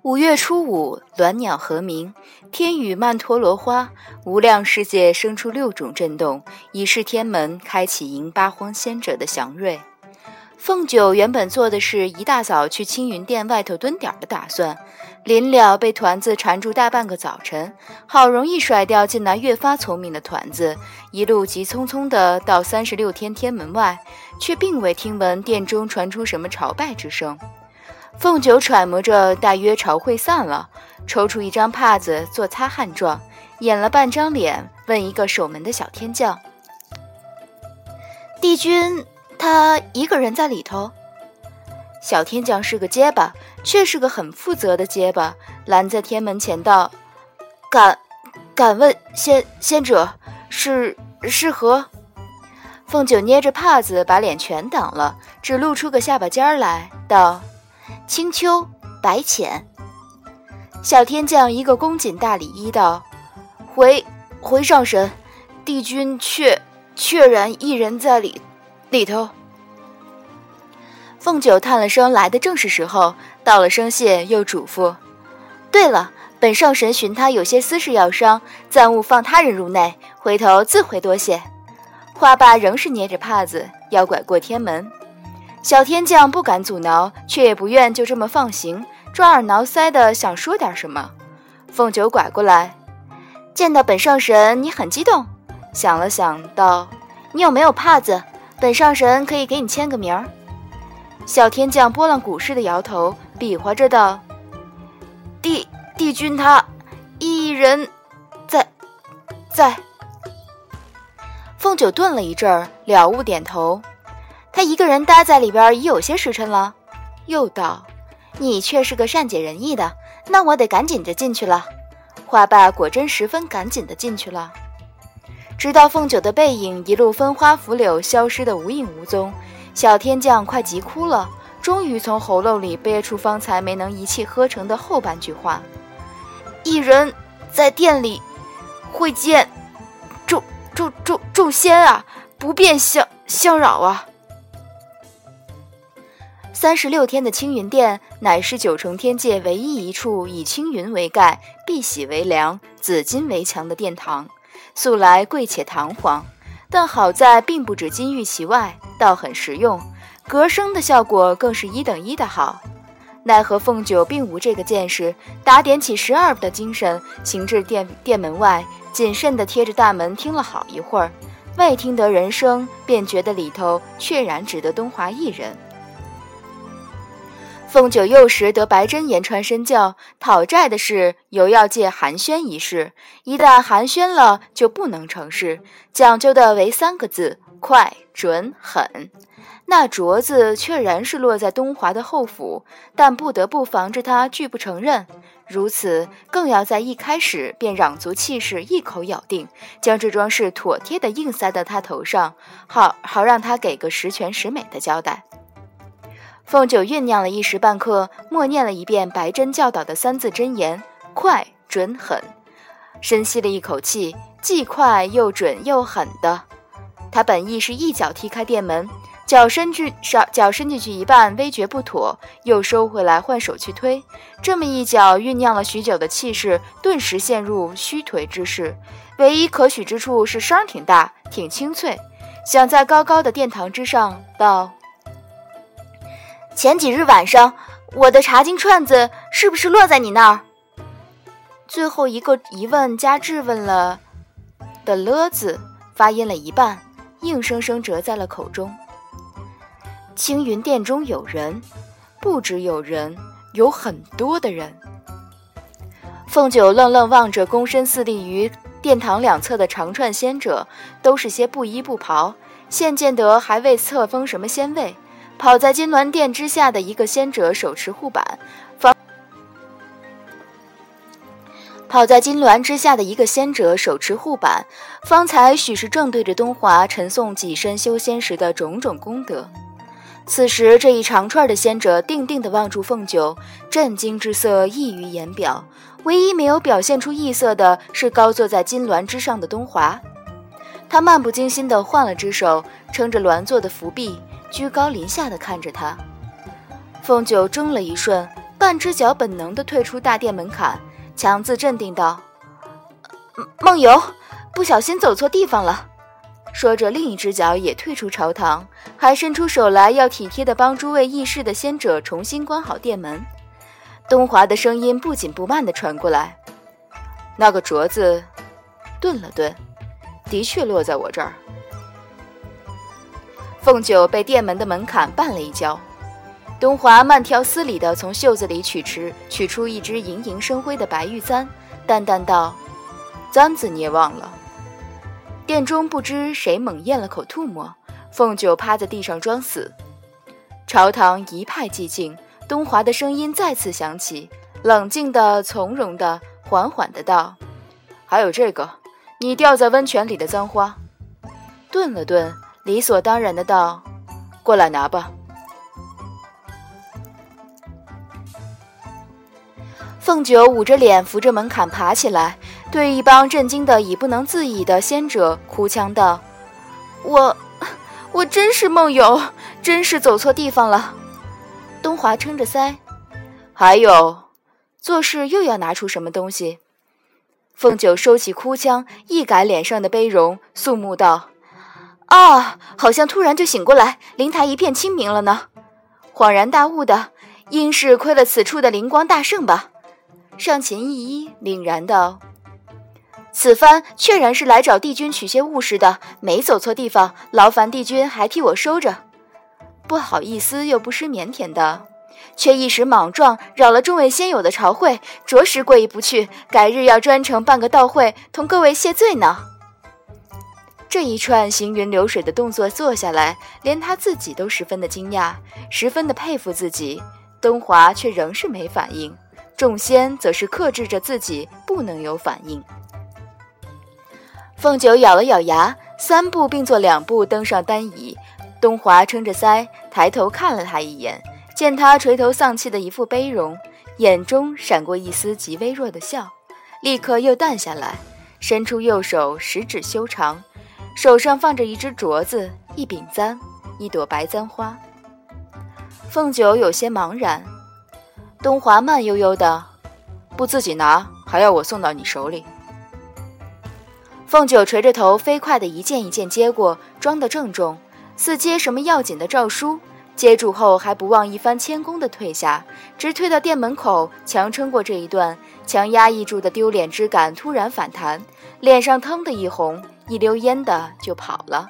5月初5，鸾鸟和鸣，天宇曼陀罗花，无量世界生出6种震动，以示天门，开启迎八荒仙者的祥瑞。凤九原本做的是一大早去青云殿外头蹲点的打算，临了被团子缠住大半个早晨，好容易甩掉近来越发聪明的团子，一路急匆匆地到36天天门外，却并未听闻殿中传出什么朝拜之声。凤九揣摩着大约朝会散了，抽出一张帕子做擦汗状，掩了半张脸，问一个守门的小天将：帝君他一个人在里头？小天将是个结巴，却是个很负责的结巴，拦在天门前道：敢问仙者是何？凤九捏着帕子把脸全挡了，只露出个下巴尖来，道：青丘白浅。小天将一个恭谨大礼揖道：回上神，帝君确然一人在里头。凤九叹了声，来的正是时候，道了声谢，又嘱咐：对了，本上神寻他有些私事要商，暂勿放他人入内，回头自会多谢。话罢仍是捏着帕子要拐过天门，小天将不敢阻挠，却也不愿就这么放行，抓耳挠腮的想说点什么。凤九拐过来，见到本上神你很激动，想了想道：你有没有帕子？本上神可以给你签个名儿。小天将拨浪鼓似的摇头，比划着道：帝君他一人在。凤九顿了一阵儿，了悟点头：他一个人待在里边已有些时辰了。又道：你却是个善解人意的，那我得赶紧着进去了。话罢果真十分赶紧的进去了，直到凤九的背影一路分花拂柳，消失得无影无踪。小天将快急哭了，终于从喉咙里憋出方才没能一气呵成的后半句话：一人在店里会见众仙啊，不便相扰啊。36天的青云殿乃是9重天界唯一一处以青云为盖、碧玺为梁、紫金为墙的殿堂，素来贵且堂皇，但好在并不止金玉其外，倒很实用，隔声的效果更是1等1的好。奈何凤九并无这个见识，打点起12的精神，行至殿门外，谨慎地贴着大门听了好一会儿，未听得人声，便觉得里头确然只得东华一人。凤九幼时得白真言传身教，讨债的事犹要借寒暄一事，一旦寒暄了就不能成事，讲究的为3个字：快、准、狠。那镯子确然是落在东华的后府，但不得不防着他拒不承认，如此更要在一开始便攘足气势，一口咬定，将这桩事妥帖地硬塞到他头上，好让他给个十全十美的交代。凤九酝酿了一时半刻，默念了一遍白真教导的3字真言：快、准、狠。深吸了一口气，既快又准又狠的。他本意是一脚踢开殿门，脚伸进去一半，微觉不妥，又收回来换手去推。这么一脚酝酿了许久的气势，顿时陷入虚颓之势。唯一可取之处是声挺大，挺清脆，想在高高的殿堂之上道：前几日晚上，我的茶巾串子是不是落在你那儿？最后一个疑问加质问了的了字，发音了一半，硬生生折在了口中。青云殿中有人，不只有人，有很多的人。凤九愣愣望着躬身侍立于殿堂两侧的长串仙者，都是些不衣不袍，现见得还未册封什么仙位。跑在金銮殿之下的一个仙者手持护板，方才许是正对着东华陈诵己身修仙时的种种功德。此时这一长串的仙者定定地望住凤九，震惊之色溢于言表，唯一没有表现出异色的是高坐在金銮之上的东华。他漫不经心地换了只手，撑着銮座的扶壁，居高临下地看着他。凤九怔了一瞬， 半只脚本能地退出大殿门槛，强自镇定道：“梦游，不小心走错地方了。”说着，另一只脚也退出朝堂，还伸出手来要体贴地帮诸位议事的仙者重新关好殿门。东华的声音不紧不慢地传过来：“那个镯子……”顿了顿，的确落在我这儿。凤九被殿门的门槛绊了一跤，东华慢条斯理地从袖子里取出一只盈盈生辉的白玉簪，淡淡道：“簪子你也忘了。”殿中不知谁猛咽了口吐沫，凤九趴在地上装死。朝堂一派寂静，东华的声音再次响起，冷静的、从容的、缓缓的道：“还有这个，你掉在温泉里的簪花。”顿了顿，理所当然的道：“过来拿吧。”凤九捂着脸扶着门槛爬起来，对一帮震惊的已不能自已的仙者哭腔道：“我真是梦游，真是走错地方了。”东华撑着腮：“还有，做事又要拿出什么东西？”凤九收起哭腔，一改脸上的悲容，肃穆道：“啊，好像突然就醒过来，灵台一片清明了呢。”恍然大悟的，应是亏了此处的灵光大盛吧。上前一揖，凛然道：“此番确然是来找帝君取些物事的，没走错地方，劳烦帝君还替我收着。”不好意思又不失腼腆的，却一时莽撞，扰了众位仙友的朝会，着实过意不去，改日要专程办个道会，同各位谢罪呢。这一串行云流水的动作做下来，连他自己都十分的惊讶，十分的佩服自己。东华却仍是没反应，众仙则是克制着自己不能有反应。凤九咬了咬牙，3步并作2步登上单椅。东华撑着腮抬头看了他一眼，见他垂头丧气的一副悲容，眼中闪过一丝极微弱的笑，立刻又淡下来，伸出右手，食指修长，手上放着一只镯子，一柄簪，一朵白簪花。凤九有些茫然，东华慢悠悠的：“不自己拿，还要我送到你手里。”凤九垂着头，飞快地一件一件接过，装得郑重，似接什么要紧的诏书。接住后还不忘一番谦恭地退下，直退到店门口，强撑过这一段，强压抑住的丢脸之感突然反弹，脸上腾的一红，一溜烟的就跑了。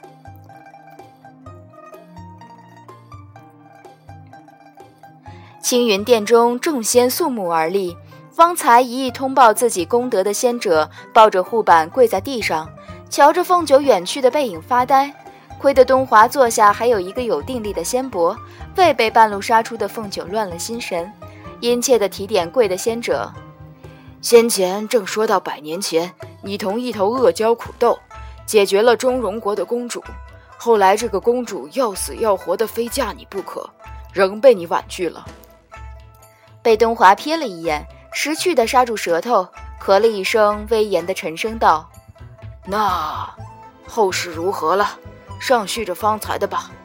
青云殿中众仙肃穆而立，方才一意通报自己功德的仙者抱着护板跪在地上，瞧着凤九远去的背影发呆。亏得东华坐下还有一个有定力的仙伯，未被半路杀出的凤九乱了心神，殷切地提点跪的仙者：“先前正说到100年前，你同一头恶蛟苦斗，解决了中荣国的公主，后来这个公主要死要活的非嫁你不可，仍被你婉拒了。”被东华瞥了一眼，识趣地刹住舌头，咳了一声，威严地沉声道：“那后事如何了？上续着方才的吧。”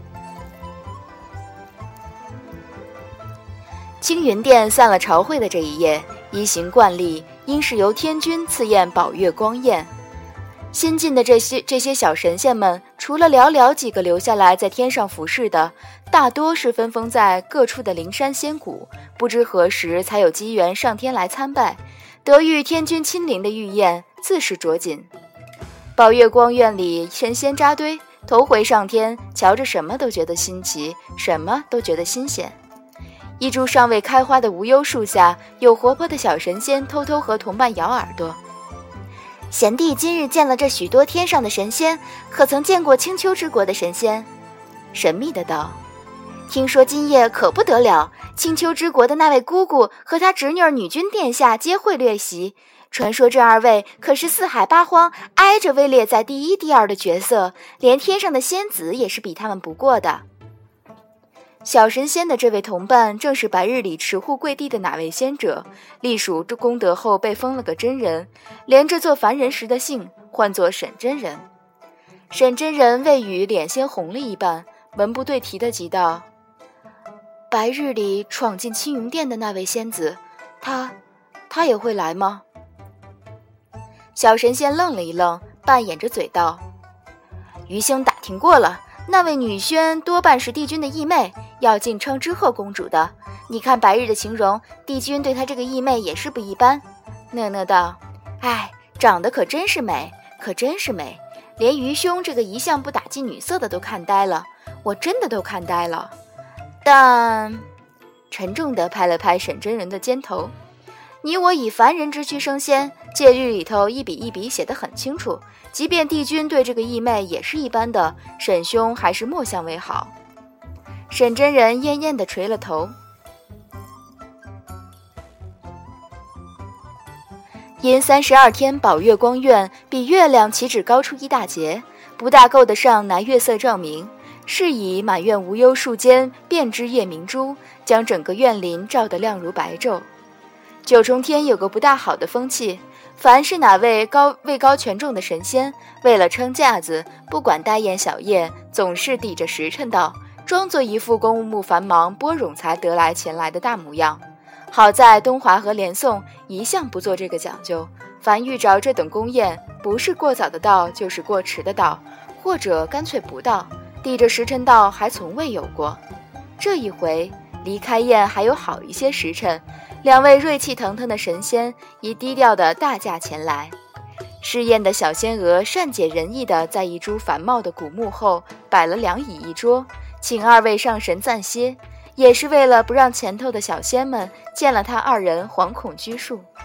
青云殿散了朝会的这一夜，依行惯例，应是由天君赐宴宝月光宴。新进的这些小神仙们，除了寥寥几个留下来在天上服侍的，大多是分封在各处的灵山仙谷，不知何时才有机缘上天来参拜，得遇天君亲临的御宴，自是着紧。宝月光院里神仙扎堆，头回上天，瞧着什么都觉得新奇，什么都觉得新鲜。一株尚未开花的无忧树下，有活泼的小神仙偷偷和同伴摇耳朵：“贤弟今日见了这许多天上的神仙，可曾见过青丘之国的神仙？”神秘的道：“听说今夜可不得了，青丘之国的那位姑姑和她侄女女君殿下皆会列席。传说这2位可是4海8荒挨着位列在第1、第2的角色，连天上的仙子也是比他们不过的。”小神仙的这位同伴正是白日里持护跪地的哪位仙者，隶属这功德后被封了个真人，连着做凡人时的姓，唤作沈真人。沈真人未语脸先红了一半，文不对题的急道：“ 白日里闯进青云殿的那位仙子，她也会来吗？小神仙愣了一愣，半掩着嘴道：余兄打听过了，那位女轩多半是帝君的义妹，要进称知鹤公主的。你看白日的形容，帝君对她这个义妹也是不一般。讷讷道：哎，长得可真是美，可真是美，连余兄这个一向不打近女色的都看呆了，我真的都看呆了。但沉重地拍了拍沈真人的肩头，你我以凡人之躯升仙，戒律里头一笔一笔写得很清楚，即便帝君对这个义妹也是一般的，沈兄还是莫相为好。沈真人恹恹地垂了头。因32天宝月光院比月亮岂止高出一大截，不大够得上拿月色照明，是以满院无忧树间遍支夜明珠，将整个院林照得亮如白昼。九重天有个不大好的风气，凡是哪位位高权重的神仙，为了撑架子，不管大宴小宴，总是抵着时辰到，装作一副公务繁忙拨冗才得来前来的大模样。好在东华和连宋一向不做这个讲究，凡遇着这等宫宴，不是过早的到，就是过迟的到，或者干脆不到，抵着时辰到还从未有过。这一回离开宴还有好一些时辰，两位锐气腾腾的神仙以低调的大驾前来。试宴的小仙娥善解人意地在一株繁茂的古木后摆了2椅一桌，请2位上神暂歇，也是为了不让前头的小仙们见了他2人惶恐拘束。